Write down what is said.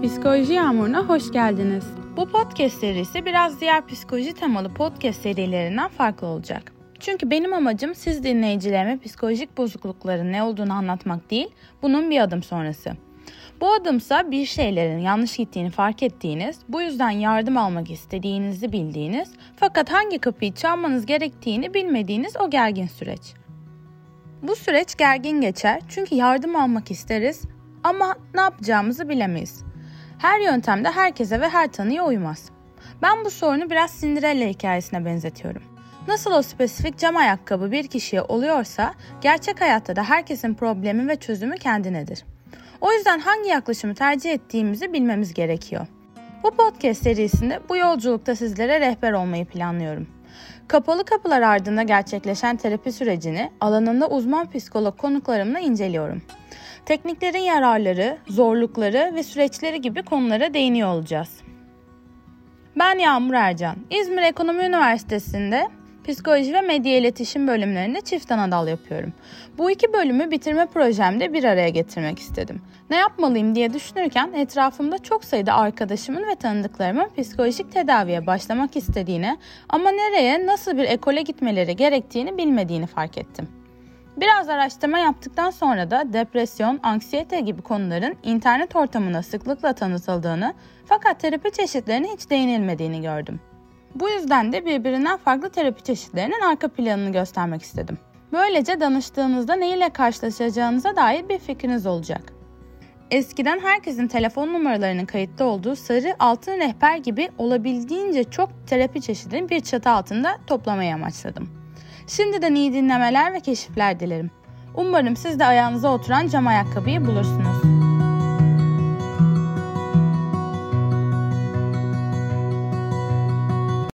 Psikoloji Yağmuru'na hoş geldiniz. Bu podcast serisi biraz diğer psikoloji temalı podcast serilerinden farklı olacak. Çünkü benim amacım siz dinleyicilerime psikolojik bozuklukların ne olduğunu anlatmak değil, bunun bir adım sonrası. Bu adımsa bir şeylerin yanlış gittiğini fark ettiğiniz, bu yüzden yardım almak istediğinizi bildiğiniz, fakat hangi kapıyı çalmanız gerektiğini bilmediğiniz o gergin süreç. Bu süreç gergin geçer çünkü yardım almak isteriz ama ne yapacağımızı bilemeyiz. Her yöntem de herkese ve her tanıya uymaz. Ben bu sorunu biraz Cinderella hikayesine benzetiyorum. Nasıl o spesifik cam ayakkabı bir kişiye oluyorsa, gerçek hayatta da herkesin problemi ve çözümü kendinedir. O yüzden hangi yaklaşımı tercih ettiğimizi bilmemiz gerekiyor. Bu podcast serisinde bu yolculukta sizlere rehber olmayı planlıyorum. Kapalı kapılar ardında gerçekleşen terapi sürecini alanında uzman psikolog konuklarımla inceliyorum. Tekniklerin yararları, zorlukları ve süreçleri gibi konulara değiniyor olacağız. Ben Yağmur Ercan, İzmir Ekonomi Üniversitesi'nde Psikoloji ve Medya İletişim bölümlerinde çift anadal yapıyorum. Bu iki bölümü bitirme projemde bir araya getirmek istedim. Ne yapmalıyım diye düşünürken etrafımda çok sayıda arkadaşımın ve tanıdıklarımın psikolojik tedaviye başlamak istediğini ama nereye, nasıl bir ekole gitmeleri gerektiğini bilmediğini fark ettim. Biraz araştırma yaptıktan sonra da depresyon, anksiyete gibi konuların internet ortamında sıklıkla tanıtıldığını fakat terapi çeşitlerine hiç değinilmediğini gördüm. Bu yüzden de birbirinden farklı terapi çeşitlerinin arka planını göstermek istedim. Böylece danıştığınızda neyle karşılaşacağınıza dair bir fikriniz olacak. Eskiden herkesin telefon numaralarının kayıtlı olduğu sarı altın rehber gibi olabildiğince çok terapi çeşidini bir çatı altında toplamayı amaçladım. Şimdiden iyi dinlemeler ve keşifler dilerim. Umarım siz de ayağınıza oturan cam ayakkabıyı bulursunuz.